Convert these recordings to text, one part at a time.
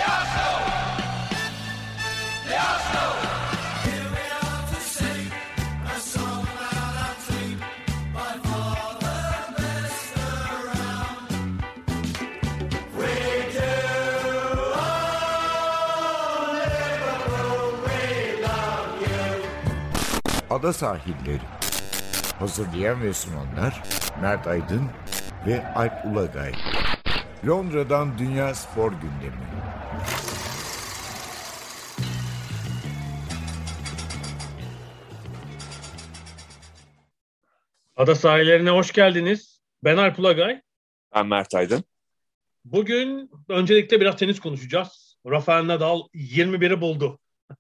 Ada Sahilleri. Hazırlayan ve sunanlar Mert Aydın ve Alp Ulagay. Londra'dan Dünya Spor Gündemi. Ada Sahillerine hoş geldiniz. Ben Alp Ulagay. Ben Mert Aydın. Bugün öncelikle biraz tenis konuşacağız. Rafael Nadal 21'i buldu.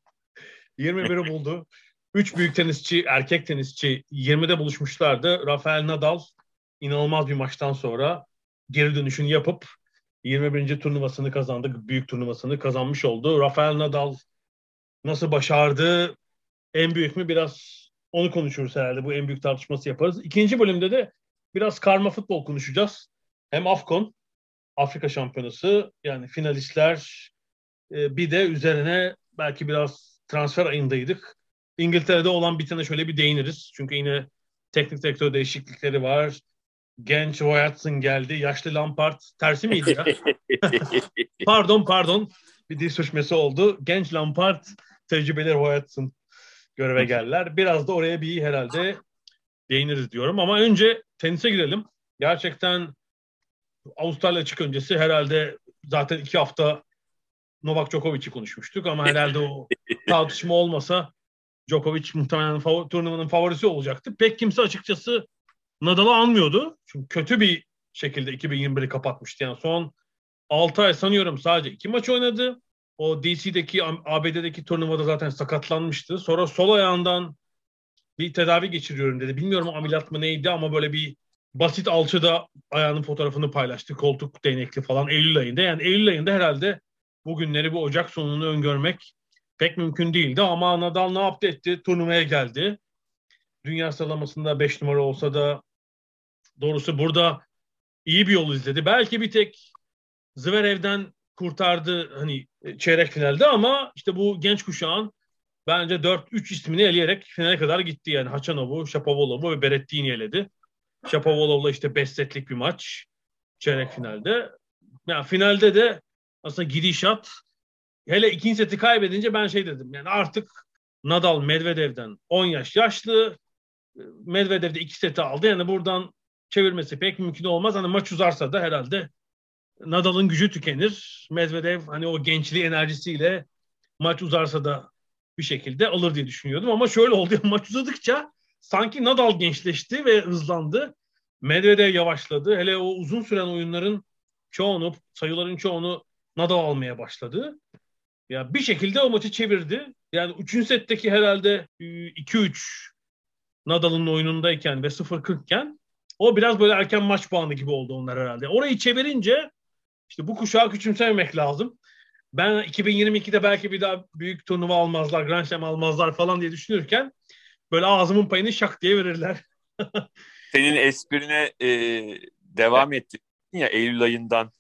21'i buldu. 3 büyük tenisçi, erkek tenisçi 20'de buluşmuşlardı. Rafael Nadal inanılmaz bir maçtan sonra geri dönüşünü yapıp 21. turnuvasını kazandı. Büyük turnuvasını kazanmış oldu. Rafael Nadal nasıl başardı? En büyük mü? Biraz onu konuşuruz herhalde. Bu en büyük tartışması yaparız. İkinci bölümde de biraz karma futbol konuşacağız. Hem AFCON, Afrika Şampiyonası, yani finalistler, bir de üzerine belki biraz transfer ayındaydık. İngiltere'de olan bitene şöyle bir değiniriz. Çünkü yine teknik direktör değişiklikleri var. Genç Roy Hodgson geldi. Yaşlı Lampard. Tersi miydi ya? Pardon. Bir dil sürçmesi oldu. Genç Lampard, tecrübeli Roy Hodgson göreve geldiler. Biraz da oraya bir herhalde değiniriz diyorum. Ama önce tenise girelim. Gerçekten Avustralya açık öncesi herhalde zaten 2 hafta Novak Djokovic'i konuşmuştuk. Ama herhalde o tartışma olmasa Djokovic muhtemelen turnuvanın favorisi olacaktı. Pek kimse açıkçası Nadal'ı anmıyordu. Çünkü kötü bir şekilde 2021'i kapatmıştı. Yani son 6 ay sanıyorum sadece 2 maç oynadı. O DC'deki, ABD'deki turnuvada zaten sakatlanmıştı. Sonra sol ayağından bir tedavi geçiriyorum dedi. Bilmiyorum ameliyat mı neydi ama böyle bir basit alçıda ayağının fotoğrafını paylaştı. Koltuk değnekli falan Eylül ayında. Yani Eylül ayında herhalde bugünleri bu Ocak sonunu öngörmek pek mümkün değildi ama Nadal ne yaptı etti? Turnuvaya geldi. Dünya sıralamasında 5 numara olsa da doğrusu burada iyi bir yol izledi. Belki bir tek Zverev'den kurtardı hani çeyrek finalde ama işte bu genç kuşağın bence 4-3 ismini eleyerek finale kadar gitti. Yani Hachanov'u, Shapovalov'u ve Berrettini eledi. Shapovalov'la işte 5 setlik bir maç çeyrek finalde. Yani finalde de aslında gidişat, hele ikinci seti kaybedince ben şey dedim. Yani artık Nadal Medvedev'den 10 yaş yaşlı. Medvedev de 2 seti aldı. Yani buradan çevirmesi pek mümkün olmaz. Hani maç uzarsa da herhalde Nadal'ın gücü tükenir. Medvedev hani o gençliği enerjisiyle maç uzarsa da bir şekilde alır diye düşünüyordum. Ama şöyle oldu. Maç uzadıkça sanki Nadal gençleşti ve hızlandı. Medvedev yavaşladı. Hele o uzun süren oyunların çoğunu, sayıların çoğunu Nadal almaya başladı. Ya bir şekilde o maçı çevirdi. Yani 3. setteki herhalde 2-3 Nadal'ın oyunundayken ve 0-40 iken o biraz böyle erken maç puanı gibi oldu onlar herhalde. Orayı çevirince işte bu kuşağı küçümsememek lazım. Ben 2022'de belki bir daha büyük turnuva almazlar, Grand Slam almazlar falan diye düşünürken böyle ağzımın payını şak diye verirler. Senin esprine devam ettin ya, Eylül ayından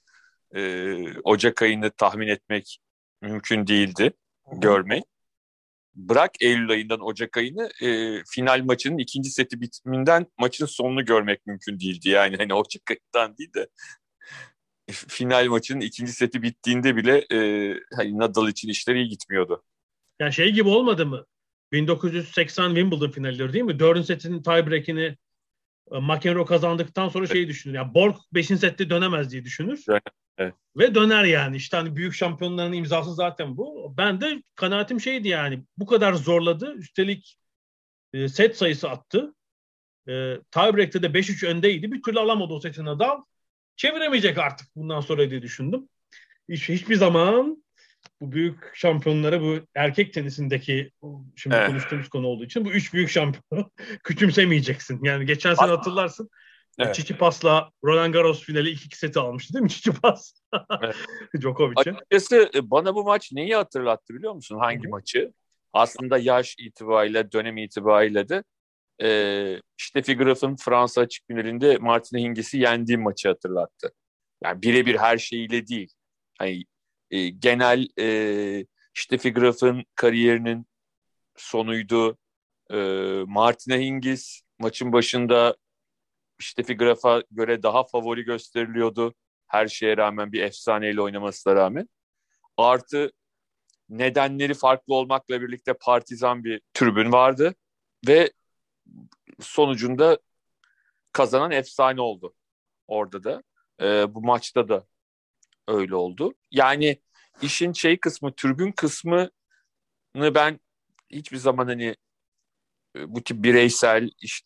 Ocak ayını tahmin etmek mümkün değildi, görmek. Bırak Eylül ayından Ocak ayını, final maçının ikinci seti bitiminden maçın sonunu görmek mümkün değildi. Yani hani Ocak ayından değil de final maçının ikinci seti bittiğinde bile hani Nadal için işler iyi gitmiyordu. Yani şey gibi olmadı mı? 1980 Wimbledon finalleri değil mi? 4. setin tiebreak'ini McEnroe kazandıktan sonra şeyi düşünür. Yani Borg 5. sette dönemez diye düşünür. Evet. Ve döner yani. İşte hani büyük şampiyonların imzası zaten bu. Ben de kanaatim şeydi yani. Bu kadar zorladı. Üstelik set sayısı attı. Tiebreak'te de 5-3 öndeydi. Bir türlü alamadı o seti Nadal. Çeviremeyecek artık bundan sonra diye düşündüm. Hiçbir zaman bu büyük şampiyonları, bu erkek tenisindeki şimdi konuştuğumuz konu olduğu için bu 3 büyük şampiyonu küçümsemeyeceksin. Yani geçen sene hatırlarsın. Evet. Tsitsipas'la Roland Garros finali 2 seti almıştı değil mi Tsitsipas? Evet. Djokovic'e. Açıkçası bana bu maç neyi hatırlattı biliyor musun? Hangi maçı? Aslında yaş itibariyle, dönem itibariyle de Steffi Graf'ın Fransa açık finalinde Martina Hingis'i yendiği maçı hatırlattı. Yani birebir her şeyiyle değil. Hani genel Steffi Graf'ın kariyerinin sonuydu. Martina Hingis maçın başında Steffi Graf'a göre daha favori gösteriliyordu. Her şeye rağmen, bir efsaneyle oynamasına rağmen. Artı nedenleri farklı olmakla birlikte partizan bir tribün vardı. Ve sonucunda kazanan efsane oldu orada da. Bu maçta da öyle oldu. Yani işin kısmı, tribün kısmını ben hiçbir zaman hani bu tip bireysel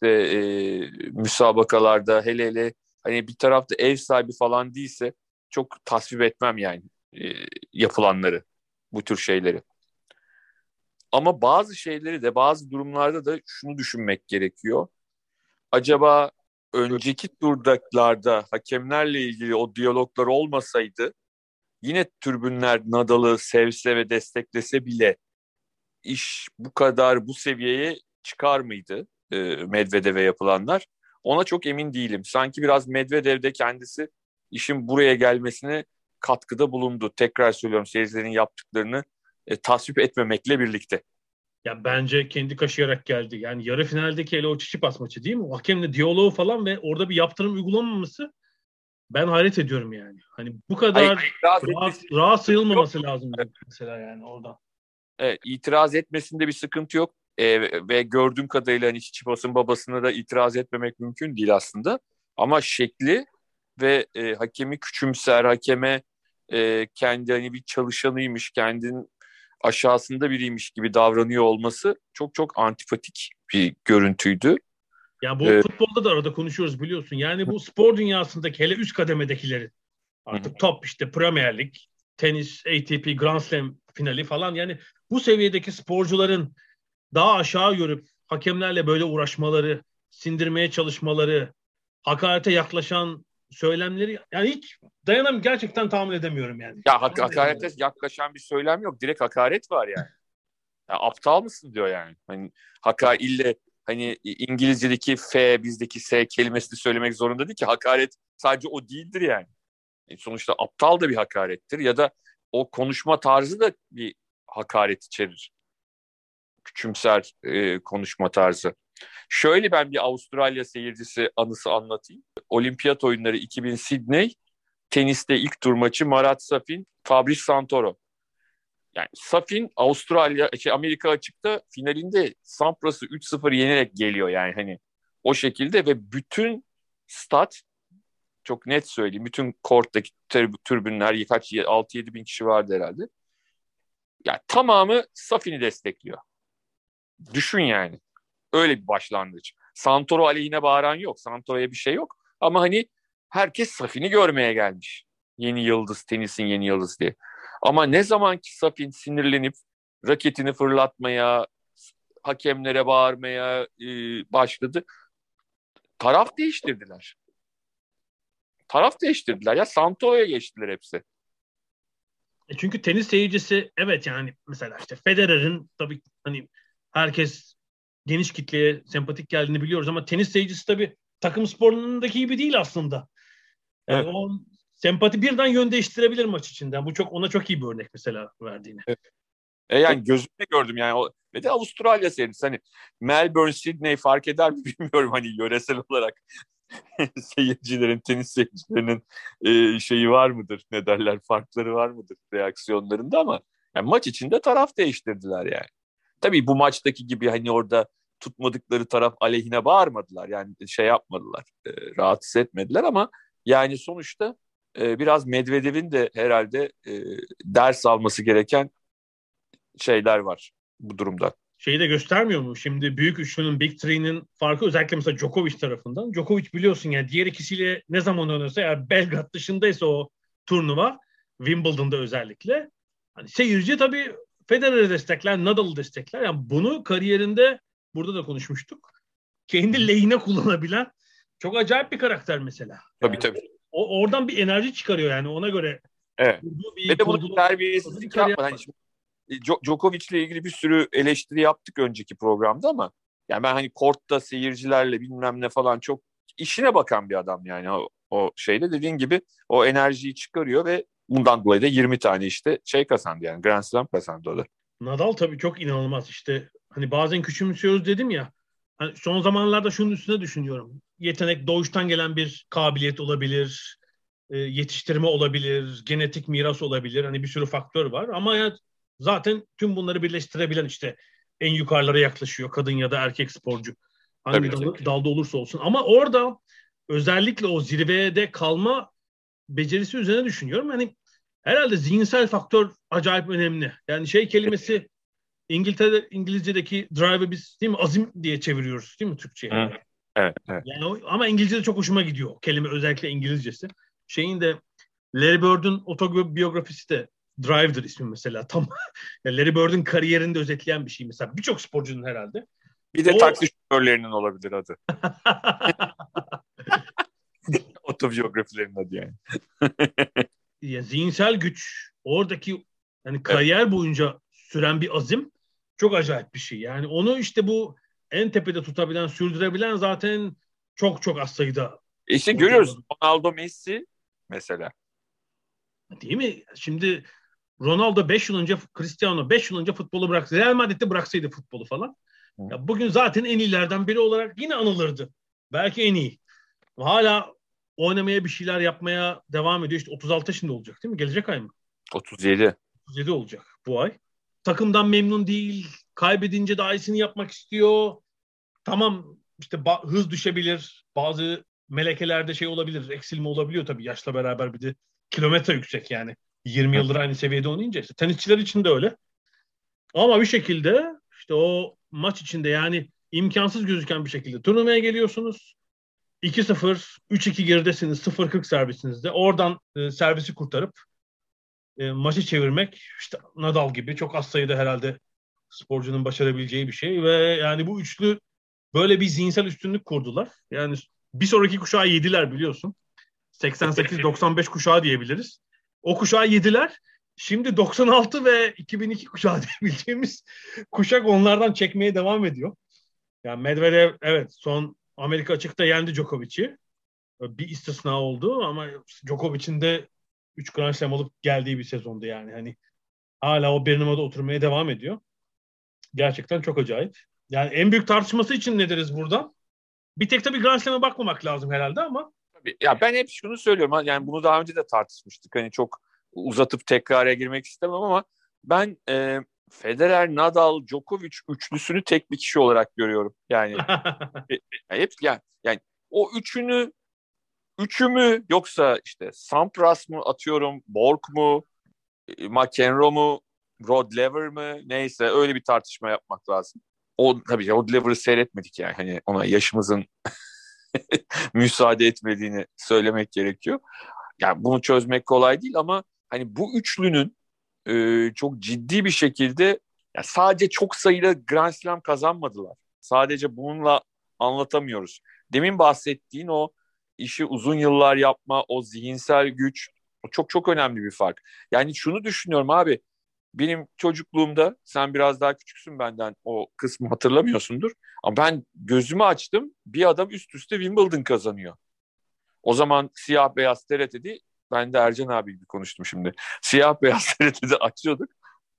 müsabakalarda, hele hani bir tarafta ev sahibi falan değilse çok tasvip etmem yani yapılanları, bu tür şeyleri. Ama bazı şeyleri de, bazı durumlarda da şunu düşünmek gerekiyor. Acaba önceki turdakilarda hakemlerle ilgili o diyaloglar olmasaydı, yine tribünler Nadal'ı sevse ve desteklese bile iş bu kadar, bu seviyeye çıkar mıydı Medvedev'e yapılanlar? Ona çok emin değilim. Sanki biraz Medvedev de kendisi işin buraya gelmesine katkıda bulundu. Tekrar söylüyorum, seyircilerin yaptıklarını tasvip etmemekle birlikte. Ya bence kendi kaşıyarak geldi. Yani yarı finaldeki hele o Tsitsipas maçı değil mi? O hakemle diyaloğu falan ve orada bir yaptırım uygulanmaması, ben hayret ediyorum yani. Hani bu kadar rahat sayılmaması lazım mesela yani orada. Evet, itiraz etmesinde bir sıkıntı yok. Ve gördüğüm kadarıyla hani Tsitsipas'ın babasına da itiraz etmemek mümkün değil aslında. Ama şekli ve hakemi küçümser, hakeme kendi hani bir çalışanıymış, kendinin aşağısında biriymiş gibi davranıyor olması çok çok antipatik bir görüntüydü. Ya bu futbolda da arada konuşuyoruz biliyorsun. Yani bu spor dünyasındaki hele üst kademedekilerin artık top, işte Premier Lig, tenis, ATP, Grand Slam finali falan, yani bu seviyedeki sporcuların daha aşağı görüp hakemlerle böyle uğraşmaları, sindirmeye çalışmaları, hakarete yaklaşan söylemleri, yani hiç gerçekten tahmin edemiyorum yani. Ya hakarete yaklaşan bir söylem yok. Direkt hakaret var yani. Ya aptal mısın diyor yani. Hani ille hani İngilizce'deki F, bizdeki S kelimesini söylemek zorunda değil ki. Hakaret sadece o değildir yani. Sonuçta aptal da bir hakarettir, ya da o konuşma tarzı da bir hakaret içerir. Küçümser konuşma tarzı. Şöyle ben bir Avustralya seyircisi anısı anlatayım. Olimpiyat oyunları 2000 Sydney, teniste ilk tur maçı Marat Safin, Fabrice Santoro. Yani Safin Amerika açıkta finalinde Sampras'ı 3-0 yenerek geliyor yani, hani o şekilde, ve bütün stat, çok net söyleyeyim, bütün korttaki tribünler, 6-7 bin kişi vardı herhalde. Yani tamamı Safin'i destekliyor. Düşün yani. Öyle bir başlangıç. Santoro aleyhine bağıran yok. Santoro'ya bir şey yok. Ama hani herkes Safin'i görmeye gelmiş. Yeni yıldız, tenisin yeni yıldız diye. Ama ne zaman ki Safin sinirlenip raketini fırlatmaya, hakemlere bağırmaya başladı, taraf değiştirdiler. Ya Santoro'ya geçtiler hepsi. Çünkü tenis seyircisi, evet yani mesela işte Federer'in tabii hani herkes geniş kitleye sempatik geldiğini biliyoruz ama tenis seyircisi tabii takım sporlarındaki gibi değil aslında. Yani evet. O sempati birden yön değiştirebilir maç içinden. Bu ona çok iyi bir örnek mesela verdiğini. Evet. Yani gözümle gördüm yani. Ve de Avustralya serisi, hani Melbourne, Sydney fark eder mi bilmiyorum hani yöresel olarak seyircilerin, tenis seyircilerinin şeyi var mıdır, ne derler, farkları var mıdır reaksiyonlarında, ama yani maç içinde taraf değiştirdiler yani. Tabii bu maçtaki gibi hani orada tutmadıkları taraf aleyhine bağırmadılar yani, yapmadılar, rahatsız etmediler, ama yani sonuçta biraz Medvedev'in de herhalde ders alması gereken şeyler var bu durumda. Şeyi de göstermiyor mu? Şimdi büyük üçlünün, Big Three'nin farkı, özellikle mesela Djokovic tarafından. Djokovic biliyorsun yani diğer ikisiyle ne zaman oynarsa, eğer Belgrad dışındaysa o turnuva, Wimbledon'da özellikle, hani seyirci tabii Federer'i destekler, Nadal'ı destekler. Yani bunu kariyerinde, burada da konuşmuştuk, kendi lehine kullanabilen çok acayip bir karakter mesela. Yani tabii. Oradan bir enerji çıkarıyor yani, ona göre. Evet. Ve de bunu terbiyesizlik yapmadan. Hani Djokovic'le ilgili bir sürü eleştiri yaptık önceki programda, ama yani ben hani kortta seyircilerle bilmem ne falan, çok işine bakan bir adam yani, o şeyde dediğin gibi o enerjiyi çıkarıyor ve Bundan dolayı da 20 tane işte kazandı yani. Grand Slam kazandı o da. Nadal tabii çok inanılmaz işte. Hani bazen küçümsüyoruz dedim ya. Hani son zamanlarda şunun üstüne düşünüyorum. Yetenek doğuştan gelen bir kabiliyet olabilir. Yetiştirme olabilir. Genetik miras olabilir. Hani bir sürü faktör var. Ama ya zaten tüm bunları birleştirebilen işte en yukarılara yaklaşıyor. Kadın ya da erkek sporcu. Hangi dalda olursa olsun. Ama orada özellikle o zirvede kalma becerisi üzerine düşünüyorum. Hani herhalde zihinsel faktör acayip önemli. Yani kelimesi İngilizce'deki drive'ı biz değil mi azim diye çeviriyoruz değil mi Türkçe'ye? Evet. Yani ama İngilizce'de çok hoşuma gidiyor o kelime, özellikle İngilizcesi. De Larry Bird'ün otobiyografisi de Drive'dır ismi mesela. Tam yani Larry Bird'ün kariyerini de özetleyen bir şey mesela. Birçok sporcunun herhalde. Bir de taksi şoförlerinin olabilir adı. Otobiyografilerinin adı yani. Ya, zihinsel güç, oradaki yani kariyer boyunca süren bir azim çok acayip bir şey. Yani onu işte bu en tepede tutabilen, sürdürebilen zaten çok çok az sayıda. İşte görüyoruz. Ronaldo, Messi mesela. Değil mi? Şimdi Ronaldo 5 yıl önce, Cristiano 5 yıl önce futbolu bıraktı. Real Madrid'de bıraksaydı futbolu falan. Ya bugün zaten en iyilerden biri olarak yine anılırdı. Belki en iyi. Hala oynamaya, bir şeyler yapmaya devam ediyor. İşte 36 yaşında olacak değil mi? Gelecek ay mı? 37. 37 olacak bu ay. Takımdan memnun değil. Kaybedince daha iyisini yapmak istiyor. Tamam işte hız düşebilir. Bazı melekelerde olabilir. Eksilme olabiliyor tabii yaşla beraber, bir de kilometre yüksek yani. 20 yıldır aynı seviyede oynayınca işte tenisçiler için de öyle. Ama bir şekilde işte o maç içinde yani imkansız gözüken bir şekilde turnuvaya geliyorsunuz. 2-0, 3-2 geridesiniz. 0-40 servisinizde. Oradan servisi kurtarıp maçı çevirmek işte Nadal gibi çok az sayıda herhalde sporcunun başarabileceği bir şey ve yani bu üçlü böyle bir zihinsel üstünlük kurdular. Yani bir sonraki kuşağı yediler biliyorsun. 88-95 kuşağı diyebiliriz. O kuşağı yediler. Şimdi 96 ve 2002 kuşağı diyebileceğimiz kuşak onlardan çekmeye devam ediyor. Yani Medvedev evet son Amerika açıkta yendi Djokovic'i. Bir istisna oldu ama Djokovic'in de 3 Grand Slam alıp geldiği bir sezondu yani. Hani hala o bir numarada oturmaya devam ediyor. Gerçekten çok acayip. Yani en büyük tartışması için ne deriz buradan? Bir tek tabii Grand Slam'e bakmamak lazım herhalde ama. Tabii. Ya ben hep şunu söylüyorum. Yani bunu daha önce de tartışmıştık. Hani çok uzatıp tekrara girmek istemem ama ben Federer, Nadal, Djokovic üçlüsünü tek bir kişi olarak görüyorum. Yani hep yani o üçü mü yoksa işte Sampras mı atıyorum, Borg mu, McEnroe mu, Rod Laver mı, neyse öyle bir tartışma yapmak lazım. O tabii Rod Laver'ı seyretmedik yani hani ona yaşımızın müsaade etmediğini söylemek gerekiyor. Yani bunu çözmek kolay değil ama hani bu üçlünün çok ciddi bir şekilde yani sadece çok sayıda Grand Slam kazanmadılar. Sadece bununla anlatamıyoruz. Demin bahsettiğin o işi uzun yıllar yapma, o zihinsel güç, o çok çok önemli bir fark. Yani şunu düşünüyorum abi, benim çocukluğumda, sen biraz daha küçüksün benden, o kısmı hatırlamıyorsundur. Ama ben gözümü açtım, bir adam üst üste Wimbledon kazanıyor. O zaman siyah beyaz TRT'de, ben de Ercan abi bir konuştum şimdi. Siyah beyaz TRT'de açıyorduk.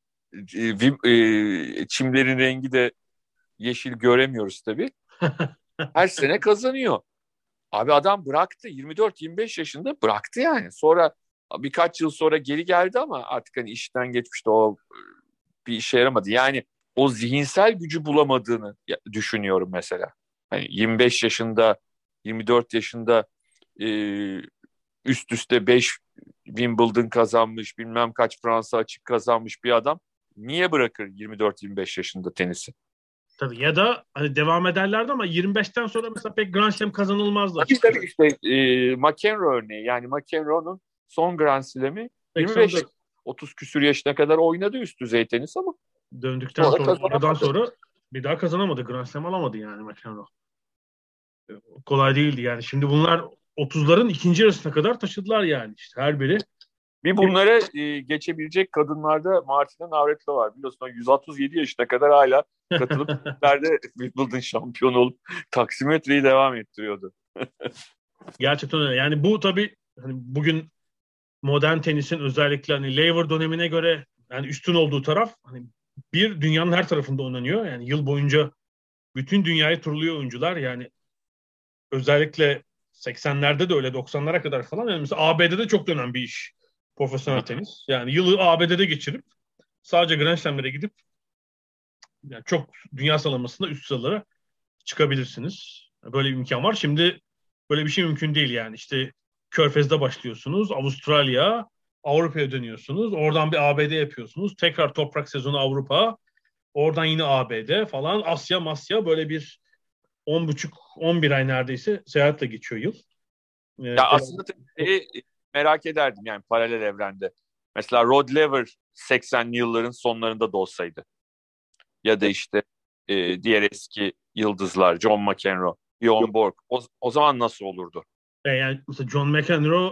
Çimlerin rengi de yeşil göremiyoruz tabii. Her sene kazanıyor. Abi adam bıraktı. 24-25 yaşında bıraktı yani. Sonra birkaç yıl sonra geri geldi ama artık hani işten geçmişti, o bir işe yaramadı. Yani o zihinsel gücü bulamadığını düşünüyorum mesela. Hani 25 yaşında, 24 yaşında üst üste 5 Wimbledon kazanmış, bilmem kaç Fransa açık kazanmış bir adam niye bırakır 24-25 yaşında tenisi? Tabii ya da hani devam ederlerdi ama 25'ten sonra mesela pek Grand Slam kazanılmazdı. Tabii işte McEnroe örneği, yani McEnroe'nun son Grand Slam'i 25, 30 küsür yaşına kadar oynadı üst düzey tenis ama döndükten sonra, oradan sonra bir daha kazanamadı. Grand Slam alamadı yani McEnroe. Kolay değildi yani. Şimdi bunlar 30'ların ikinci yarısına kadar taşıdılar yani işte her biri. Bir bunlara geçebilecek kadınlarda Martina Navratilova var. Biliyorsun 137 yaşına kadar hala katılıp Wimbledon şampiyonu olup taksimetreyi devam ettiriyordu. Gerçekten öyle. Yani bu tabii hani bugün modern tenisin özellikle hani Laver dönemine göre yani üstün olduğu taraf hani bir dünyanın her tarafında oynanıyor. Yani yıl boyunca bütün dünyayı turluyor oyuncular. Yani özellikle 80'lerde de öyle 90'lara kadar falan. Yani mesela ABD'de çok dönen bir iş profesyonel tenis. Yani yılı ABD'de geçirip sadece Grand Slam'lere gidip yani çok dünya sıralamasında üst sıralara çıkabilirsiniz. Böyle bir imkan var. Şimdi böyle bir şey mümkün değil yani. İşte Körfez'de başlıyorsunuz. Avustralya, Avrupa'ya dönüyorsunuz. Oradan bir ABD yapıyorsunuz. Tekrar toprak sezonu Avrupa. Oradan yine ABD falan. Asya, Masya böyle bir 10,5-11 ay neredeyse seyahatle geçiyor yıl. Ya aslında merak ederdim yani paralel evrende. Mesela Rod Laver 80'li yılların sonlarında da olsaydı. Ya da işte diğer eski yıldızlar John McEnroe, Bjorn Borg. O zaman nasıl olurdu? Yani mesela John McEnroe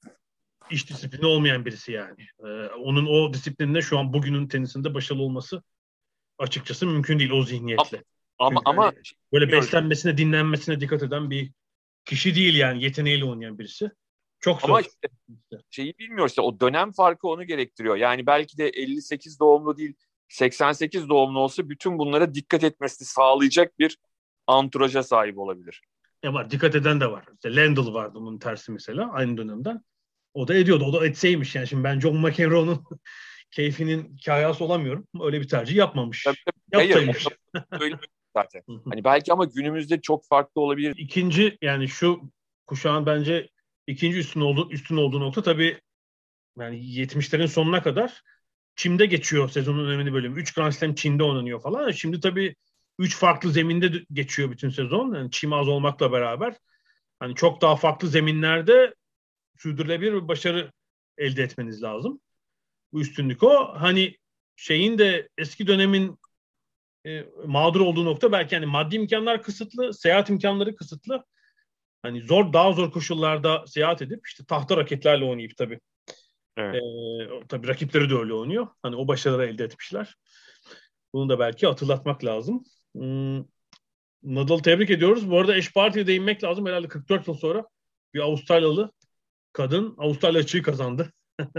iş disiplini olmayan birisi yani. Onun o disiplininde şu an bugünün tenisinde başarılı olması açıkçası mümkün değil o zihniyetle. Ama hani böyle beslenmesine, dinlenmesine dikkat eden bir kişi değil yani. Yeteneğiyle oynayan birisi. Çok zor. Ama işte şeyi bilmiyoruz işte o dönem farkı onu gerektiriyor. Yani belki de 58 doğumlu değil 88 doğumlu olsa bütün bunlara dikkat etmesini sağlayacak bir anturaja sahip olabilir. Var. Dikkat eden de var. İşte Lendl vardı bunun tersi mesela aynı dönemden. O da ediyordu. O da etseymiş yani. Şimdi ben John McEnroe'nun keyfinin kayası olamıyorum. Öyle bir tercih yapmamış. Yapsaymış. Öyle zaten. Hani belki ama günümüzde çok farklı olabilir. İkinci yani şu kuşağın bence ikinci üstün olduğu nokta tabii yani 70'lerin sonuna kadar Çim'de geçiyor sezonun önemli bölümü. 3 Grand Slam Çin'de oynanıyor falan. Şimdi tabii 3 farklı zeminde geçiyor bütün sezon. Yani Çim az olmakla beraber hani çok daha farklı zeminlerde sürdürülebilir bir başarı elde etmeniz lazım. Bu üstünlük o. Hani şeyin de eski dönemin mağdur olduğu nokta belki hani maddi imkanlar kısıtlı, seyahat imkanları kısıtlı. Hani daha zor koşullarda seyahat edip işte tahta raketlerle oynayıp tabii. Evet. Tabii rakipleri de öyle oynuyor. Hani o başarıları elde etmişler. Bunu da belki hatırlatmak lazım. Nadal'ı tebrik ediyoruz. Bu arada eş partiye değinmek lazım. Herhalde 44 yıl sonra bir Avustralyalı kadın Avustralya açığı kazandı.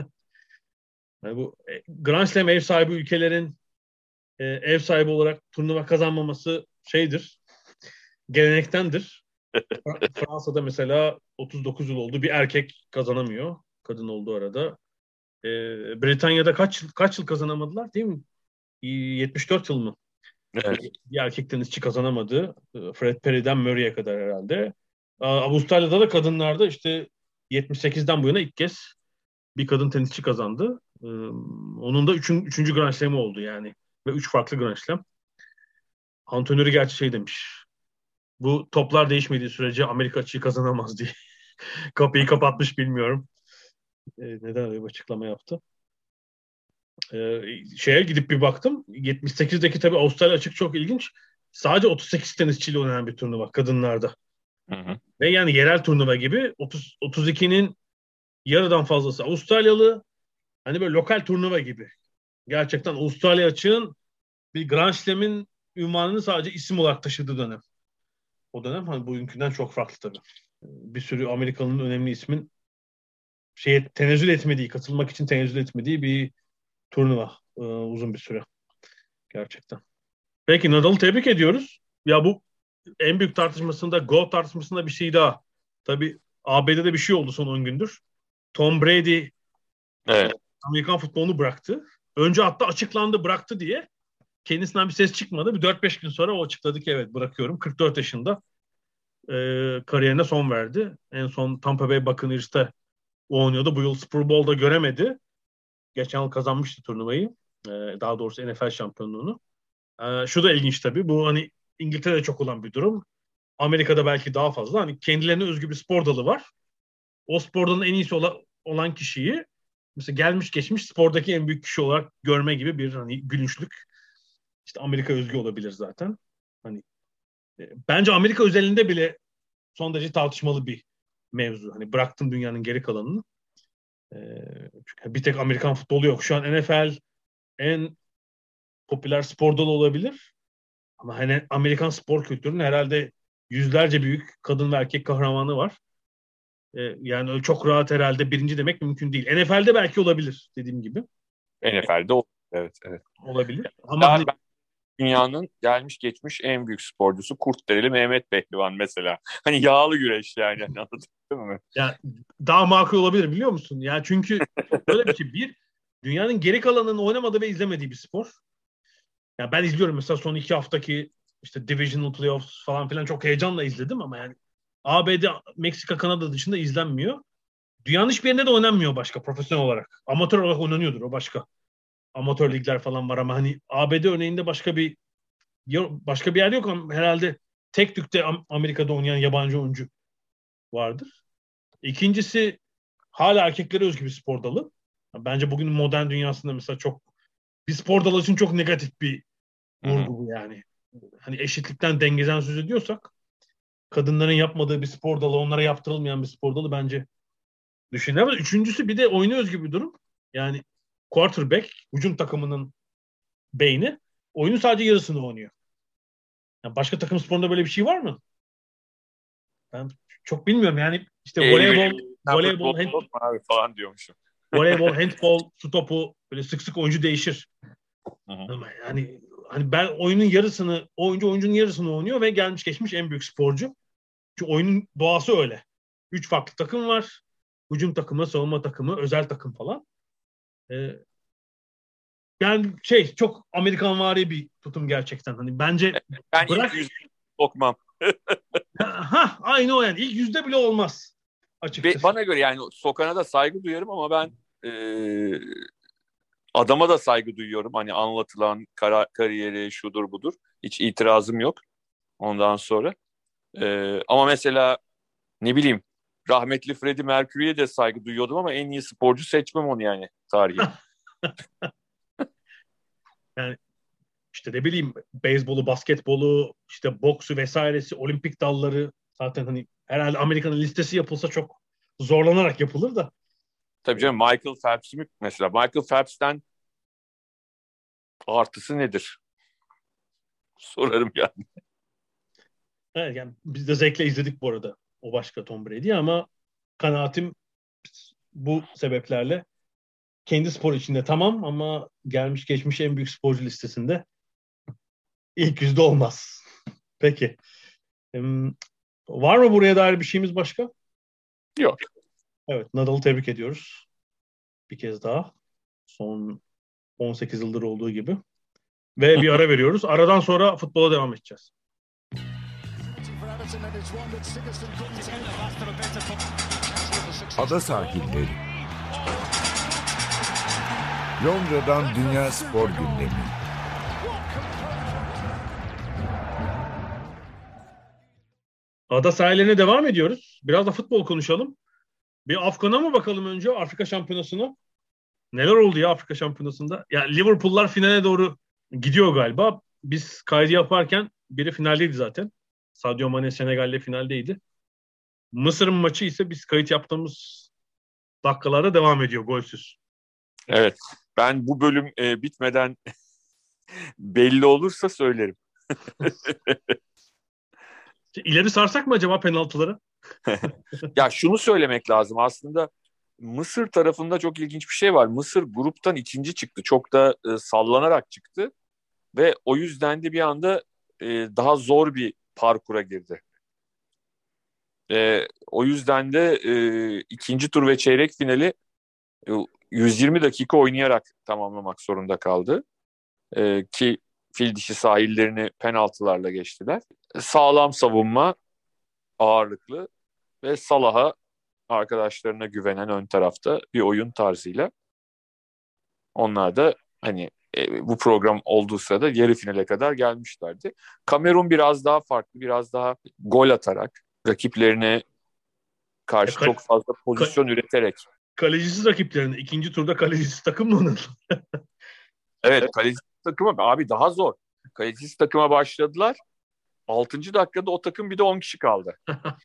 Yani bu Grand Slam ev sahibi ülkelerin ev sahibi olarak turnuva kazanmaması şeydir. Gelenektendir. Fransa'da mesela 39 yıl oldu. Bir erkek kazanamıyor. Kadın olduğu arada. Britanya'da kaç yıl kazanamadılar değil mi? 74 yıl mı? Evet. Bir erkek tenisçi kazanamadı. Fred Perry'den Murray'e kadar herhalde. Avustralya'da da kadınlarda işte 78'den bu yana ilk kez bir kadın tenisçi kazandı. Onun da üçüncü Grand Slam'ı oldu yani. Ve 3 farklı Grand Slam. Antrenörü gerçi şey demiş. Bu toplar değişmediği sürece Amerika açığı kazanamaz diye. Kapıyı kapatmış bilmiyorum. Neden öyle bir açıklama yaptı? Şeye gidip bir baktım. 78'deki tabii Avustralya açık çok ilginç. Sadece 38 tenisçiyle oynanan bir turnuva kadınlarda. Hı. Ve yani yerel turnuva gibi 32'nin yarıdan fazlası Avustralyalı. Hani böyle lokal turnuva gibi. Gerçekten Avustralya açığın bir Grand Slam'in ünvanını sadece isim olarak taşıdığı dönem. O dönem hani bugünkünden çok farklı tabii. Bir sürü Amerikalı'nın önemli ismin tenezzül etmediği, katılmak için tenezzül etmediği bir turnuva uzun bir süre. Gerçekten. Peki Nadal'ı tebrik ediyoruz. Ya bu en büyük tartışmasında, GOAT tartışmasında bir şey daha. Tabii ABD'de bir şey oldu son 10 gündür. Tom Brady Evet. Amerikan futbolunu bıraktı. Önce hatta açıklandı bıraktı diye. Kendisinden bir ses çıkmadı. Bir 4-5 gün sonra o açıkladı ki evet bırakıyorum. 44 yaşında kariyerine son verdi. En son Tampa Bay Buccaneers'te oynuyordu. Bu yıl Super Bowl'da göremedi. Geçen yıl kazanmıştı turnuvayı. Daha doğrusu NFL şampiyonluğunu. Şu da ilginç tabii. Bu hani İngiltere'de çok olan bir durum. Amerika'da belki daha fazla. Hani kendilerine özgü bir spor dalı var. O spor dalının en iyisi olan kişiyi mesela gelmiş geçmiş spordaki en büyük kişi olarak görme gibi bir hani gülünçlük. İşte Amerika özgü olabilir zaten. Hani bence Amerika özelinde bile son derece tartışmalı bir mevzu. Hani bıraktın dünyanın geri kalanını. Çünkü bir tek Amerikan futbolu yok. Şu an NFL en popüler spor dalı olabilir. Ama hani Amerikan spor kültürünün herhalde yüzlerce büyük kadın ve erkek kahramanı var. Yani öyle çok rahat herhalde birinci demek mümkün değil. NFL'de belki olabilir dediğim gibi. NFL'de oldu. Evet. Olabilir. Ama Daha dünyanın gelmiş geçmiş en büyük sporcusu Kurtdereli Mehmet Pehlivan mesela. Hani yağlı güreş yani. Anladın mı? ya daha makul olabilir biliyor musun? Ya çünkü böyle bir şey. Dünyanın geri kalanının oynamadığı ve izlemediği bir spor. Ya ben izliyorum mesela son 2 haftaki işte Divisional Playoffs falan filan çok heyecanla izledim ama yani ABD, Meksika, Kanada dışında izlenmiyor. Dünyanın hiçbir yerinde de oynanmıyor başka profesyonel olarak. Amatör olarak oynanıyordur o başka. Amatör ligler falan var ama hani ABD örneğinde başka bir yer yok ama herhalde tek tükte Amerika'da oynayan yabancı oyuncu vardır. İkincisi hala erkeklere özgü bir spor dalı. Bence bugünün modern dünyasında mesela bir spor dalı için çok negatif bir vurgu bu yani. Hani eşitlikten, dengeden söz ediyorsak kadınların yapmadığı bir spor dalı, onlara yaptırılmayan bir spor dalı bence düşünülemez. Üçüncüsü bir de oyuna özgü bir durum. Yani quarterback, hücum takımının beyni oyunun sadece yarısını oynuyor. Yani başka takım sporunda böyle bir şey var mı? Ben çok bilmiyorum. Yani işte abi falan diyormuşum. voleybol, handball, su topu böyle sık sık oyuncu değişir. Hı hı. Ama yani hani ben oyuncunun yarısını oynuyor ve gelmiş geçmiş en büyük sporcu. Çünkü oyunun doğası öyle. 3 farklı takım var. Hücum takımı, savunma takımı, özel takım falan. Yani çok Amerikanvari bir tutum gerçekten. Hani bence Ben bırak. ilk yüzde sokmam. Aynı o yani. İlk yüzde bile olmaz açıkçası. Bana göre yani sokana da saygı duyarım ama ben adama da saygı duyuyorum. Hani anlatılan kariyeri şudur budur. Hiç itirazım yok ondan sonra. Ama mesela ne bileyim rahmetli Freddie Mercury'ye de saygı duyuyordum ama en iyi sporcu seçmem onu yani tarihi. Yani işte ne bileyim beyzbolu, basketbolu, işte boksu vesairesi, olimpik dalları zaten hani herhalde Amerika'nın listesi yapılsa çok zorlanarak yapılır da. Tabii canım Michael Phelps mesela. Michael Phelps'ten artısı nedir? Sorarım yani. Evet, yani biz de zevkle izledik bu arada o başka Tom Brady ama kanaatim bu sebeplerle kendi spor içinde tamam ama gelmiş geçmiş en büyük sporcu listesinde ilk yüzde olmaz. Peki. Var mı buraya dair bir şeyimiz başka? Yok. Evet, Nadal'ı tebrik ediyoruz. Bir kez daha. Son 18 yıldır olduğu gibi. Ve bir ara veriyoruz. Aradan sonra futbola devam edeceğiz. Ada sahilleri. Londra'dan Dünya Spor Gündemi. Ada sahillerine devam ediyoruz. Biraz da futbol konuşalım. Bir Afgan'a mı bakalım önce Afrika Şampiyonası'na? Neler oldu ya Afrika Şampiyonası'nda? Ya Liverpool'lar finale doğru gidiyor galiba. Biz kaydı yaparken biri finaldeydi zaten. Sadio Mane Senegal'le finaldeydi. Mısır'ın maçı ise biz kayıt yaptığımız dakikalarda devam ediyor golsüz. Evet. Ben bu bölüm bitmeden belli olursa söylerim. İleri sarsak mı acaba penaltıları? Ya şunu söylemek lazım. Aslında Mısır tarafında çok ilginç bir şey var. Mısır gruptan ikinci çıktı. Çok da sallanarak çıktı. Ve o yüzden de bir anda daha zor bir parkura girdi. O yüzden de ikinci tur ve çeyrek finali 120 dakika oynayarak tamamlamak zorunda kaldı. Ki fil dişi sahillerini penaltılarla geçtiler. Sağlam savunma ağırlıklı ve Salah'a arkadaşlarına güvenen ön tarafta bir oyun tarzıyla onlar da hani bu program olduğu sırada yarı finale kadar gelmişlerdi. Kamerun biraz daha farklı, biraz daha gol atarak, rakiplerine karşı çok fazla pozisyon üreterek. Kalecisiz rakiplerine ikinci turda kalecisiz takım mı oynadı? Evet, kalecisiz takıma abi daha zor. Kalecisiz takıma başladılar. 6. dakikada o takım bir de 10 kişi kaldı.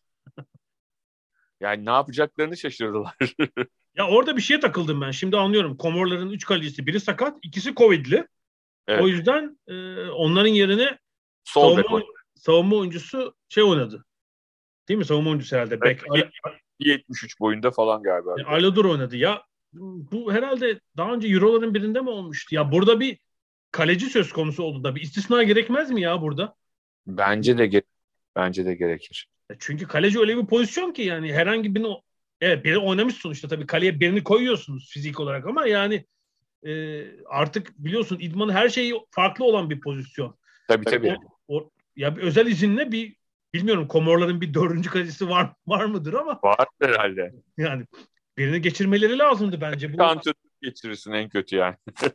Yani ne yapacaklarını şaşırdılar. Ya orada bir şeye takıldım ben. Şimdi anlıyorum. Komorların 3 kalecisi biri sakat, ikisi Covid'li. Evet. O yüzden onların yerine savunma oyuncusu oynadı. Değil mi? Savunma oyuncusu herhalde. 1.73 boyunda falan galiba. Aladur oynadı. Ya bu herhalde daha önce Euro'ların birinde mi olmuştu? Ya burada bir kaleci söz konusu oldu da bir istisna gerekmez mi ya burada? Bence de gerekir. Çünkü kaleci öyle bir pozisyon ki yani herhangi birini evet biri oynamış sonuçta tabii kaleye birini koyuyorsunuz fizik olarak ama yani artık biliyorsun idmanı her şeyi farklı olan bir pozisyon. Tabii. Ya bir özel izinle bilmiyorum Komorların bir dördüncü kalecisi var mıdır ama Var herhalde. yani birini geçirmeleri lazımdı bence. Bu Antrenör geçirirsin en kötü yani.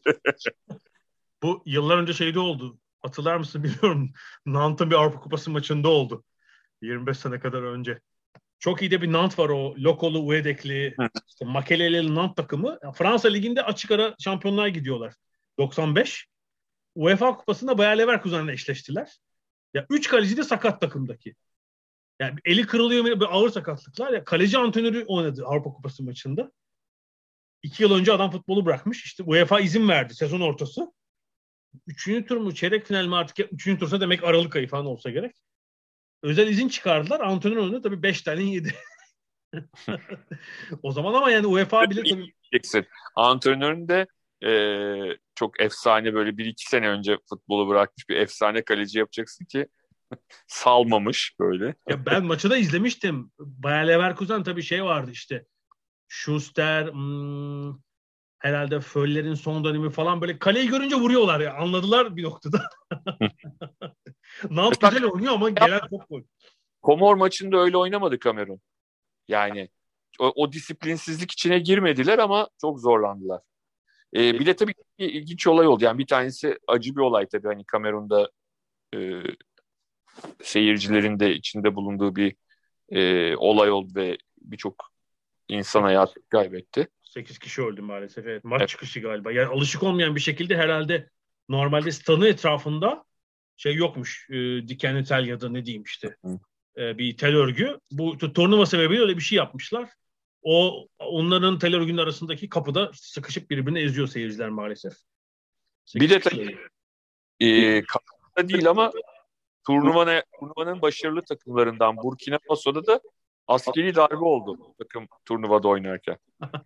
Bu yıllar önce şeyde oldu. Hatırlar mısın bilmiyorum. Nant'ın bir Avrupa Kupası maçında oldu. 25 sene kadar önce. Çok iyi de bir Nant var o. Lokolu, Uedekli, işte Makelele'li Nant takımı. Fransa Ligi'nde açık ara şampiyonluğa gidiyorlar. 95. UEFA Kupası'nda Bayer Leverkusen'le eşleştiler. Ya 3 kaleci de sakat takımdaki. Yani eli kırılıyor böyle ağır sakatlıklar. Ya kaleci antrenörü oynadı Avrupa Kupası maçında. 2 yıl önce adam futbolu bırakmış. İşte UEFA izin verdi sezon ortası. Üçüncü tur mu çeyrek final mi artık üçüncü tursa demek Aralık ayı falan olsa gerek. Özel izin çıkardılar. Antrenör oynadı tabii 5 tane yedi. O zaman ama yani UEFA bile tabii. Antrenörün de çok efsane böyle 1-2 sene önce futbolu bırakmış bir efsane kaleci yapacaksın ki salmamış böyle. Ya ben maçı da izlemiştim. Bayer Leverkusen tabii şey vardı işte. Schuster, herhalde Föller'in son dönemi falan böyle kaleyi görünce vuruyorlar ya. Anladılar bir noktada. Nant güzel oynuyor ama gelen çok gol. Komor maçında öyle oynamadı Kamerun. Yani o disiplinsizlik içine girmediler ama çok zorlandılar. Bir de tabii ilginç olay oldu. Yani bir tanesi acı bir olay tabii. Hani Kamerun'da seyircilerin de içinde bulunduğu bir olay oldu ve birçok insan hayatı kaybetti. 8 kişi öldü maalesef. Evet. Maç çıkışı galiba. Yani alışık olmayan bir şekilde herhalde normalde stadın etrafında şey yokmuş. Dikenli tel ya da ne diyeyim işte. Bir tel örgü. Bu turnuva sebebiyle öyle bir şey yapmışlar. Onların tel örgünün arasındaki kapıda sıkışıp birbirini eziyor seyirciler maalesef. Bir de tabii kapıda değil ama turnuvanın başarılı takımlarından Burkina Faso'da da askeri darbe oldu takım turnuvada oynarken.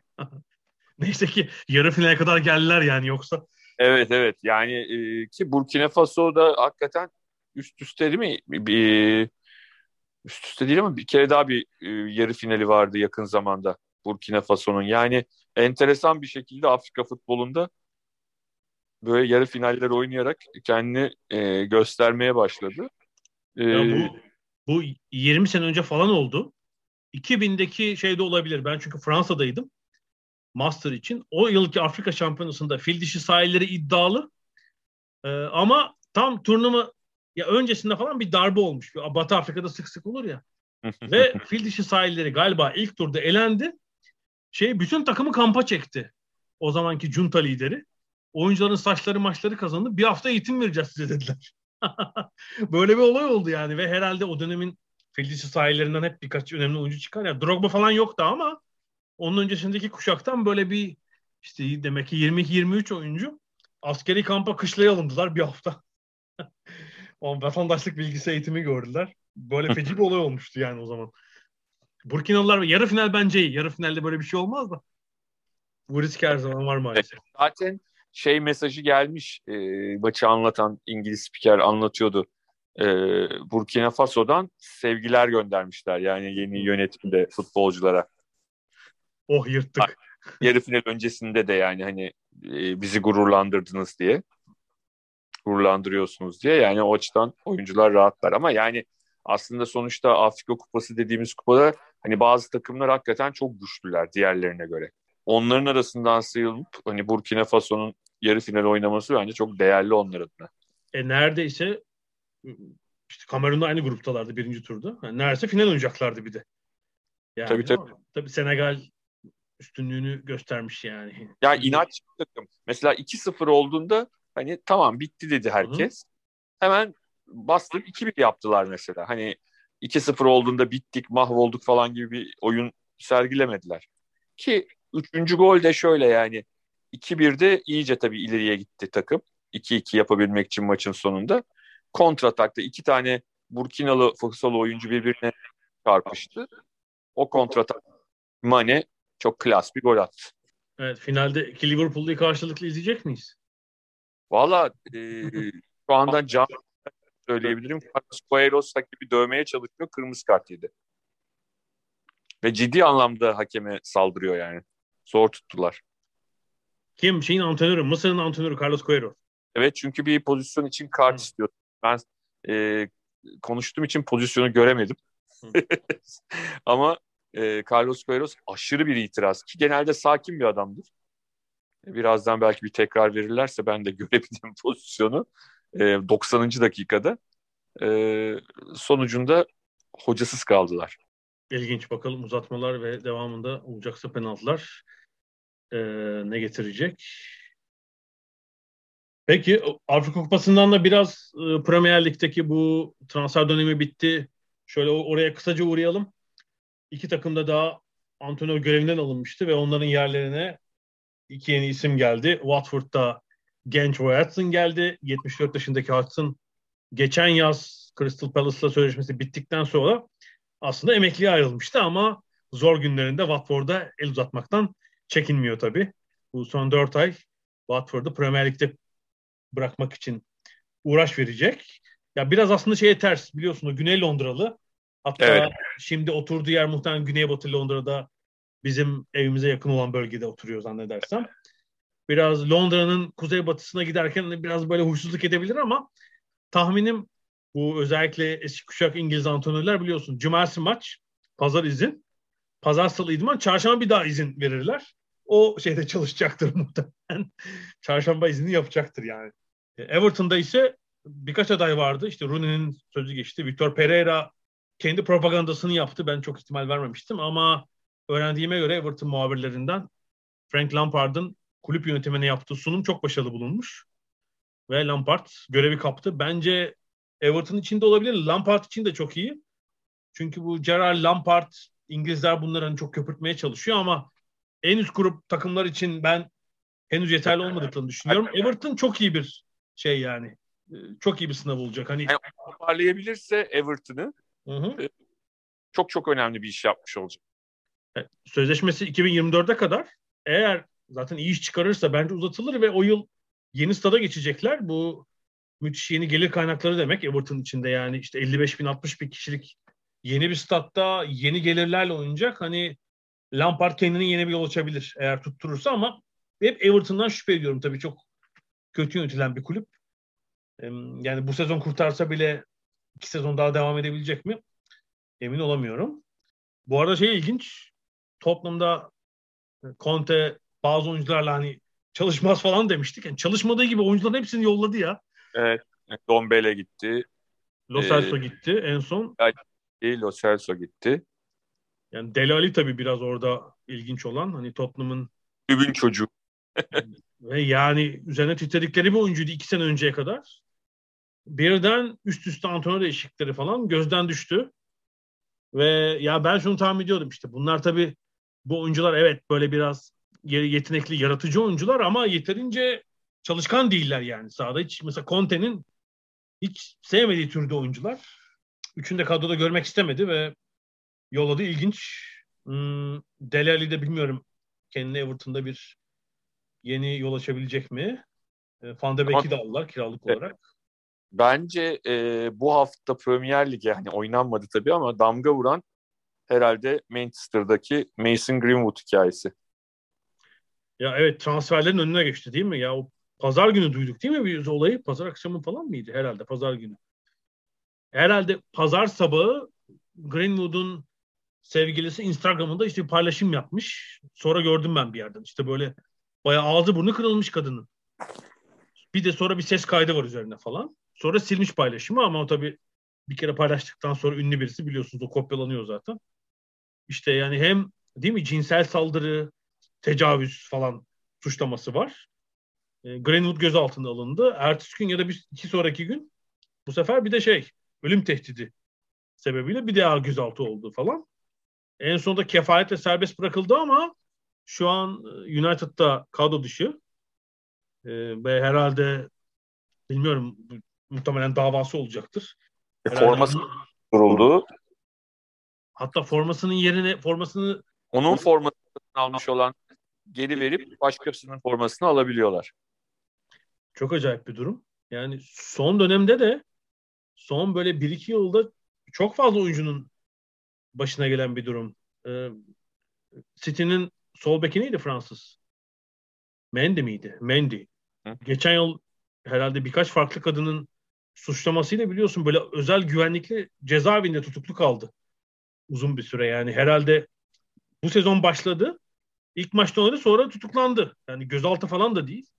Neyse ki yarı finale kadar geldiler yani yoksa. Evet yani ki Burkina Faso'da hakikaten üst üste değil mi? Üst üste değil ama bir kere daha bir yarı finali vardı yakın zamanda Burkina Faso'nun. Yani enteresan bir şekilde Afrika futbolunda böyle yarı finaller oynayarak kendini göstermeye başladı. Ya bu 20 sene önce falan oldu. 2000'deki şeyde olabilir. Ben çünkü Fransa'daydım. Master için. O yılki Afrika Şampiyonası'nda fil dişi sahilleri iddialı. Ama tam turnuva ya öncesinde falan bir darbe olmuş. Batı Afrika'da sık sık olur ya. Ve fil dişi sahilleri galiba ilk turda elendi. Bütün takımı kampa çekti. O zamanki junta lideri. Oyuncuların saçları maçları kazandı. Bir hafta eğitim vereceğiz size dediler. Böyle bir olay oldu yani ve herhalde o dönemin fil dişi sahillerinden hep birkaç önemli oyuncu çıkar. Yani Drogba falan yoktu ama onun öncesindeki kuşaktan böyle bir işte demek ki 22-23 oyuncu askeri kampa kışlaya alındılar bir hafta. O vatandaşlık bilgisi eğitimi gördüler. Böyle feci bir olay olmuştu yani o zaman. Burkinalılar yarı final bence iyi. Yarı finalde böyle bir şey olmaz da. Bu risk her zaman var maalesef. Zaten mesajı gelmiş maçı anlatan İngiliz spiker anlatıyordu. Burkina Faso'dan sevgiler göndermişler yani yeni yönetimde futbolculara. Oh yırttık. Yarı final öncesinde de yani hani bizi gururlandırdınız diye. Gururlandırıyorsunuz diye. Yani o açıdan oyuncular rahatlar. Ama yani aslında sonuçta Afrika Kupası dediğimiz kupada hani bazı takımlar hakikaten çok güçlüler diğerlerine göre. Onların arasından sıyrılıp hani Burkina Faso'nun yarı final oynaması bence çok değerli onlar adına. Neredeyse işte Kamerun'da aynı gruptalardı birinci turda. Yani neredeyse final oynayacaklardı bir de. Yani, tabii Senegal üstünlüğünü göstermiş yani. Ya inatçı bir takım. Mesela 2-0 olduğunda hani tamam bitti dedi herkes. Hı-hı. Hemen bastırıp 2-1 yaptılar mesela. Hani 2-0 olduğunda bittik, mahvolduk falan gibi bir oyun sergilemediler. Ki 3. gol de şöyle yani 2-1'de iyice tabii ileriye gitti takım. 2-2 yapabilmek için maçın sonunda. Kontratakta 2 tane Burkinalı Fasolu oyuncu birbirine çarpıştı. O kontratak Mane çok klas bir gol attı. Evet, finalde iki Liverpool'u karşılıklı izleyecek miyiz? Valla şu andan can söyleyebilirim. Carlos Queiroz rakibi dövmeye çalışıyor. Kırmızı kart yedi. Ve ciddi anlamda hakeme saldırıyor yani. Zor tuttular. Kim? Şeyin antrenörü, Mısır'ın antrenörü Carlos Queiroz. Evet, çünkü bir pozisyon için kart istiyor. Ben konuştuğum için pozisyonu göremedim. Ama Carlos Queiroz aşırı bir itiraz ki genelde sakin bir adamdır. Birazdan belki bir tekrar verirlerse ben de görebilirim pozisyonu. 90. dakikada sonucunda hocasız kaldılar. İlginç, bakalım uzatmalar ve devamında olacaksa penaltılar ne getirecek? Peki Afrika Kupası'ndan da biraz Premier Lig'deki bu transfer dönemi bitti. Şöyle oraya kısaca uğrayalım. İki takım da daha antrenör görevinden alınmıştı ve onların yerlerine iki yeni isim geldi. Watford'da genç Roy Hodgson geldi. 74 yaşındaki Hodgson geçen yaz Crystal Palace'la sözleşmesi bittikten sonra aslında emekliye ayrılmıştı ama zor günlerinde Watford'a el uzatmaktan çekinmiyor tabii. Bu son 4 ay Watford'u Premier Lig'de bırakmak için uğraş verecek. Ya biraz aslında şeye ters, biliyorsun, o Güney Londralı. Hatta evet, şimdi oturduğu yer muhtemelen Güneybatı Londra'da, bizim evimize yakın olan bölgede oturuyor zannedersem. Biraz Londra'nın kuzeybatısına giderken biraz böyle huysuzluk edebilir ama tahminim bu, özellikle eski kuşak İngiliz antrenörler biliyorsun. Cumartesi maç, pazar izin, pazar salı idman, çarşamba bir daha izin verirler. O şeyde çalışacaktır muhtemelen. Çarşamba izni yapacaktır yani. Everton'da ise birkaç aday vardı. İşte Rooney'nin sözü geçti. Vitor Pereira kendi propagandasını yaptı. Ben çok ihtimal vermemiştim ama öğrendiğime göre Everton muhabirlerinden Frank Lampard'ın kulüp yönetimine yaptığı sunum çok başarılı bulunmuş. Ve Lampard görevi kaptı. Bence Everton için de olabilir. Lampard için de çok iyi. Çünkü bu Gerrard, Lampard, İngilizler bunları hani çok köpürtmeye çalışıyor ama en üst grup takımlar için ben henüz yeterli olmadıklarını düşünüyorum. Everton çok iyi bir şey yani. Çok iyi bir sınav olacak. Hani yani toparlayabilirse Everton'ı çok çok önemli bir iş yapmış olacak. Sözleşmesi 2024'e kadar, eğer zaten iyi iş çıkarırsa bence uzatılır ve o yıl yeni stada geçecekler. Bu müthiş yeni gelir kaynakları demek Everton içinde, yani işte 55 bin 60 bin kişilik yeni bir statta yeni gelirlerle oynayacak. Hani Lampard kendini yeni bir yol açabilir eğer tutturursa ama hep Everton'dan şüphe ediyorum tabii, çok kötü yönetilen bir kulüp. Yani bu sezon kurtarsa bile 2 sezon daha devam edebilecek mi? Emin olamıyorum. Bu arada şey ilginç. Tottenham'da Conte bazı oyuncularla hani çalışmaz falan demiştik. Yani çalışmadığı gibi oyuncuların hepsini yolladı ya. Evet. Dombele gitti. Lo Celso gitti en son. Lo Celso gitti. Yani Dele Alli tabii biraz orada ilginç olan. Hani Tottenham'ın Ünlü çocuk. ve yani üzerine titredikleri bir oyuncuydu 2 sene önceye kadar. Birden üst üste antrenör değişiklikleri falan gözden düştü. Ve ya ben şunu tahmin ediyordum, işte bunlar tabii, bu oyuncular evet böyle biraz yetenekli, yaratıcı oyuncular ama yeterince çalışkan değiller yani sahada. Hiç mesela Conte'nin hiç sevmediği türde oyuncular. Üçünü de kadroda görmek istemedi ve yolladı. İlginç. Dele Alli de bilmiyorum kendine Everton'da bir yeni yol açabilecek mi? Van de Beek'i de aldılar kiralık olarak. Bence bu hafta Premier Lig, yani oynanmadı tabii ama damga vuran herhalde Manchester'daki Mason Greenwood hikayesi. Ya evet, transferlerin önüne geçti değil mi? Ya o pazar günü duyduk değil mi bir olayı? Pazar akşamı falan mıydı? Herhalde pazar günü. Herhalde pazar sabahı Greenwood'un sevgilisi Instagram'ında işte bir paylaşım yapmış. Sonra gördüm ben bir yerden. İşte böyle bayağı ağzı burnu kırılmış kadının. Bir de sonra bir ses kaydı var üzerine falan. Sonra silmiş paylaşımı ama o tabii bir kere paylaştıktan sonra ünlü birisi, biliyorsunuz o kopyalanıyor zaten. İşte yani hem değil mi cinsel saldırı, tecavüz falan suçlaması var. Greenwood gözaltına alındı. Ertesi gün ya da iki sonraki gün bu sefer bir de ölüm tehdidi sebebiyle bir daha gözaltı oldu falan. En sonunda kefaletle serbest bırakıldı ama şu an United'da kadro dışı. Ve herhalde bilmiyorum, muhtemelen davası olacaktır. Forması kuruldu. Hatta formasını onun formasını almış olan geri verip başkasının formasını alabiliyorlar. çok acayip bir durum. Yani son dönemde de son böyle 1-2 yılda çok fazla oyuncunun başına gelen bir durum. City'nin sol beki neydi Fransız? Mendy miydi? Mendy. Hı? Geçen yıl herhalde birkaç farklı kadının suçlamasıyla biliyorsun böyle özel güvenlikli cezaevinde tutuklu kaldı. Uzun bir süre yani. Herhalde bu sezon başladı. İlk maçta oynadı, sonra tutuklandı. Yani gözaltı falan da değil.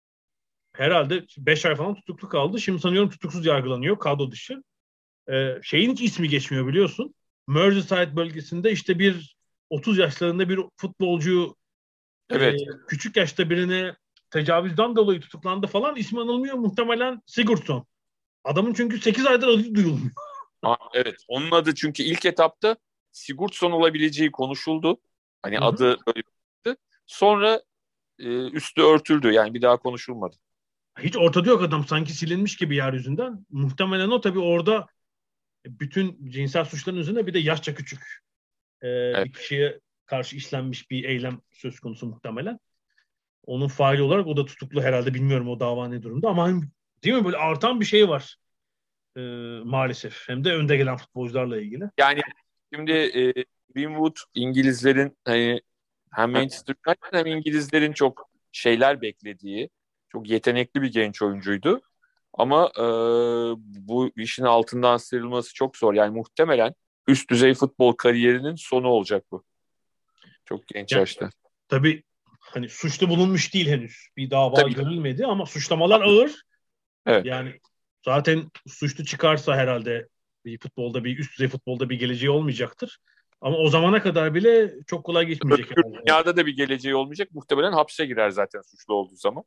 Herhalde 5 ay falan tutuklu kaldı. Şimdi sanıyorum tutuksuz yargılanıyor. Kadro dışı. Şeyin hiç ismi geçmiyor biliyorsun. Merseyside bölgesinde işte bir 30 yaşlarında bir futbolcu Evet. küçük yaşta birine tecavüzden dolayı tutuklandı falan. İsmi anılmıyor. Muhtemelen Sigurdsson. Adamın çünkü 8 aydır adı duyulmuyor. Evet. Onun adı çünkü ilk etapta Sigurdsson olabileceği konuşuldu. Hani Hı hı. adı böyle. Sonra üstü örtüldü. Yani bir daha konuşulmadı. Hiç ortada yok adam. Sanki silinmiş gibi yeryüzünden. Muhtemelen o tabii orada bütün cinsel suçların üzerine bir de yaşça küçük Evet. bir kişiye karşı işlenmiş bir eylem söz konusu muhtemelen. Onun faili olarak o da tutuklu herhalde. Bilmiyorum o dava ne durumda ama değil mi böyle artan bir şey var maalesef. Hem de önde gelen futbolcularla ilgili. Yani şimdi Greenwood İngilizlerin hani hem Manchester United hem İngilizlerin çok şeyler beklediği çok yetenekli bir genç oyuncuydu. Ama bu işin altından sıyrılması çok zor. Yani muhtemelen üst düzey futbol kariyerinin sonu olacak bu. Çok genç Ya, yaşta. tabii hani suçlu bulunmuş değil henüz. Bir dava Tabii. görülmedi ama suçlamalar ağır. Evet. Yani zaten suçlu çıkarsa herhalde bir üst düzey futbolda bir geleceği olmayacaktır. Ama o zamana kadar bile çok kolay geçmeyecek Öbür herhalde. dünyada da bir geleceği olmayacak. Muhtemelen hapse girer zaten suçlu olduğu zaman.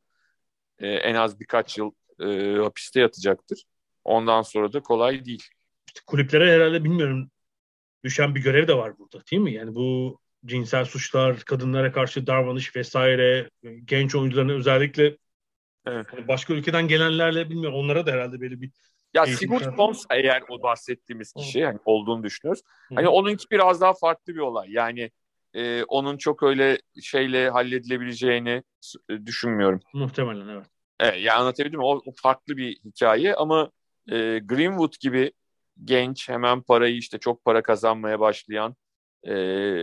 En az birkaç yıl hapiste yatacaktır. Ondan sonra da kolay değil. İşte kulüplere herhalde bilmiyorum düşen bir görev de var burada değil mi? Yani bu cinsel suçlar, kadınlara karşı davranış vesaire, genç oyuncuların özellikle Evet. hani başka ülkeden gelenlerle bilmiyorum onlara da herhalde böyle bir Ya eğitim şart. Sigurdsson eğer o bahsettiğimiz kişi yani olduğunu düşünüyoruz. Hı Hani hı. onunki biraz daha farklı bir olay. Yani onun çok öyle şeyle halledilebileceğini düşünmüyorum. Muhtemelen evet. Evet, yani anlatabildim mi? O farklı bir hikaye ama Greenwood gibi genç hemen parayı işte çok para kazanmaya başlayan e,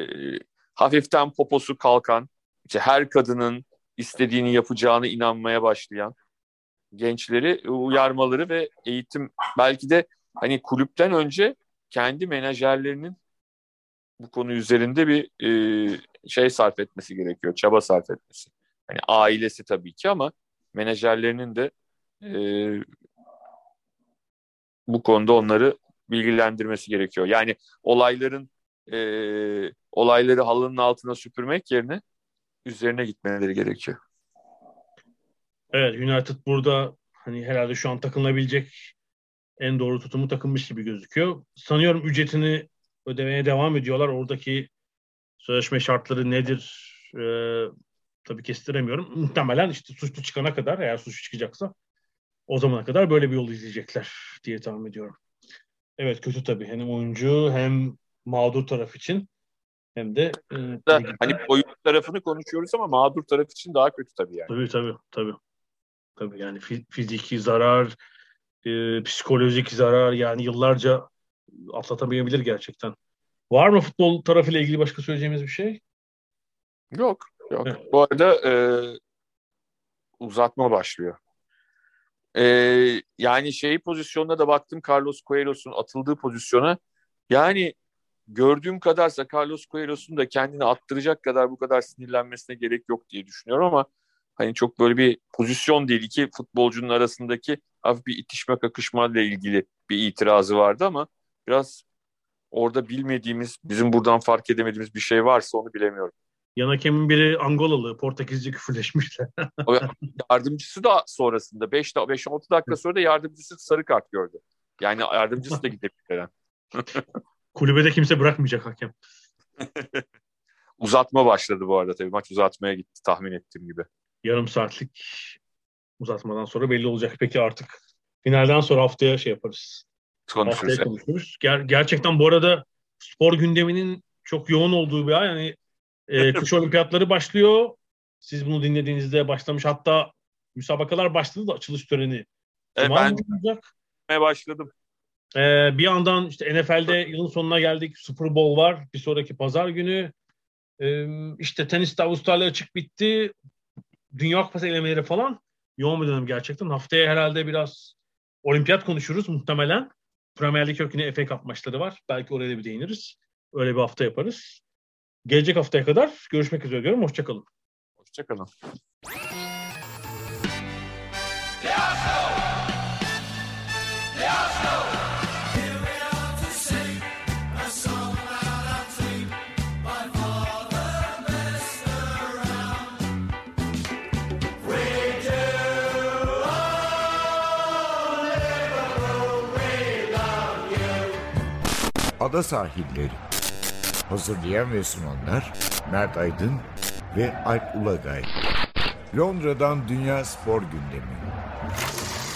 hafiften poposu kalkan işte her kadının istediğini yapacağını inanmaya başlayan gençleri uyarmaları ve eğitim belki de hani kulüpten önce kendi menajerlerinin bu konu üzerinde bir şey sarf etmesi gerekiyor, çaba sarf etmesi. Hani ailesi tabii ki ama menajerlerinin de e, bu konuda onları bilgilendirmesi gerekiyor. Yani olayları halının altına süpürmek yerine üzerine gitmeleri gerekiyor. Evet United burada hani herhalde şu an takılabilecek en doğru tutumu takılmış gibi gözüküyor. Sanıyorum ücretini ödemeye devam ediyorlar. Oradaki sözleşme şartları nedir? Tabii kestiremiyorum. Muhtemelen işte suçlu çıkana kadar eğer suçlu çıkacaksa o zamana kadar böyle bir yol izleyecekler diye tahmin ediyorum. Evet kötü tabii. Hem oyuncu hem mağdur taraf için hem de Hani oyun tarafını konuşuyoruz ama mağdur taraf için daha kötü tabii yani. tabii yani fiziki zarar, psikolojik zarar yani yıllarca atlatamayabilir gerçekten. Var mı futbol tarafıyla ilgili başka söyleyeceğimiz bir şey? Yok, yok. Evet. Bu arada uzatma başlıyor. Yani pozisyonuna da baktım Carlos Queiros'un atıldığı pozisyona. Yani gördüğüm kadarsa Carlos Queiros'un da kendini attıracak kadar bu kadar sinirlenmesine gerek yok diye düşünüyorum ama hani çok böyle bir pozisyon değil. İki futbolcunun arasındaki hafif bir itişme kakışma ile ilgili bir itirazı vardı ama biraz orada bilmediğimiz, bizim buradan fark edemediğimiz bir şey varsa onu bilemiyorum. Yan hakemin biri Angolalı, Portekizce küfürleşmişler. O yardımcısı da sonrasında 5-6 dakika sonra da yardımcısı sarı kart gördü. Yani yardımcısı da gidebilir. Kulübede kimse bırakmayacak hakem. Uzatma başladı bu arada tabii. Maç uzatmaya gitti tahmin ettiğim gibi. Yarım saatlik uzatmadan sonra belli olacak. Peki artık finalden sonra haftaya şey yaparız. Konuşuruz. Haftaya konuşuruz. Gerçekten bu arada spor gündeminin çok yoğun olduğu bir ay. Yani kış olimpiyatları başlıyor. Siz bunu dinlediğinizde başlamış. Hatta müsabakalar başladı da açılış töreni. Ben başladım. Bir yandan işte NFL'de yılın sonuna geldik. Super Bowl var. Bir sonraki pazar günü. İşte teniste Avustralya açık bitti. Dünya Kupası elemeleri falan. Yoğun bir dönem gerçekten. Haftaya herhalde biraz olimpiyat konuşuruz muhtemelen. Premier Lig köküne FA Cup maçları var. Belki oraya da bir değiniriz. Öyle bir hafta yaparız. Gelecek haftaya kadar görüşmek üzere diyorum. Hoşçakalın. Hoşçakalın. Ada Sahilleri. Hazırlayan ve sunanlar Mert Aydın ve Alp Ulagay. Londra'dan Dünya Spor Gündemi.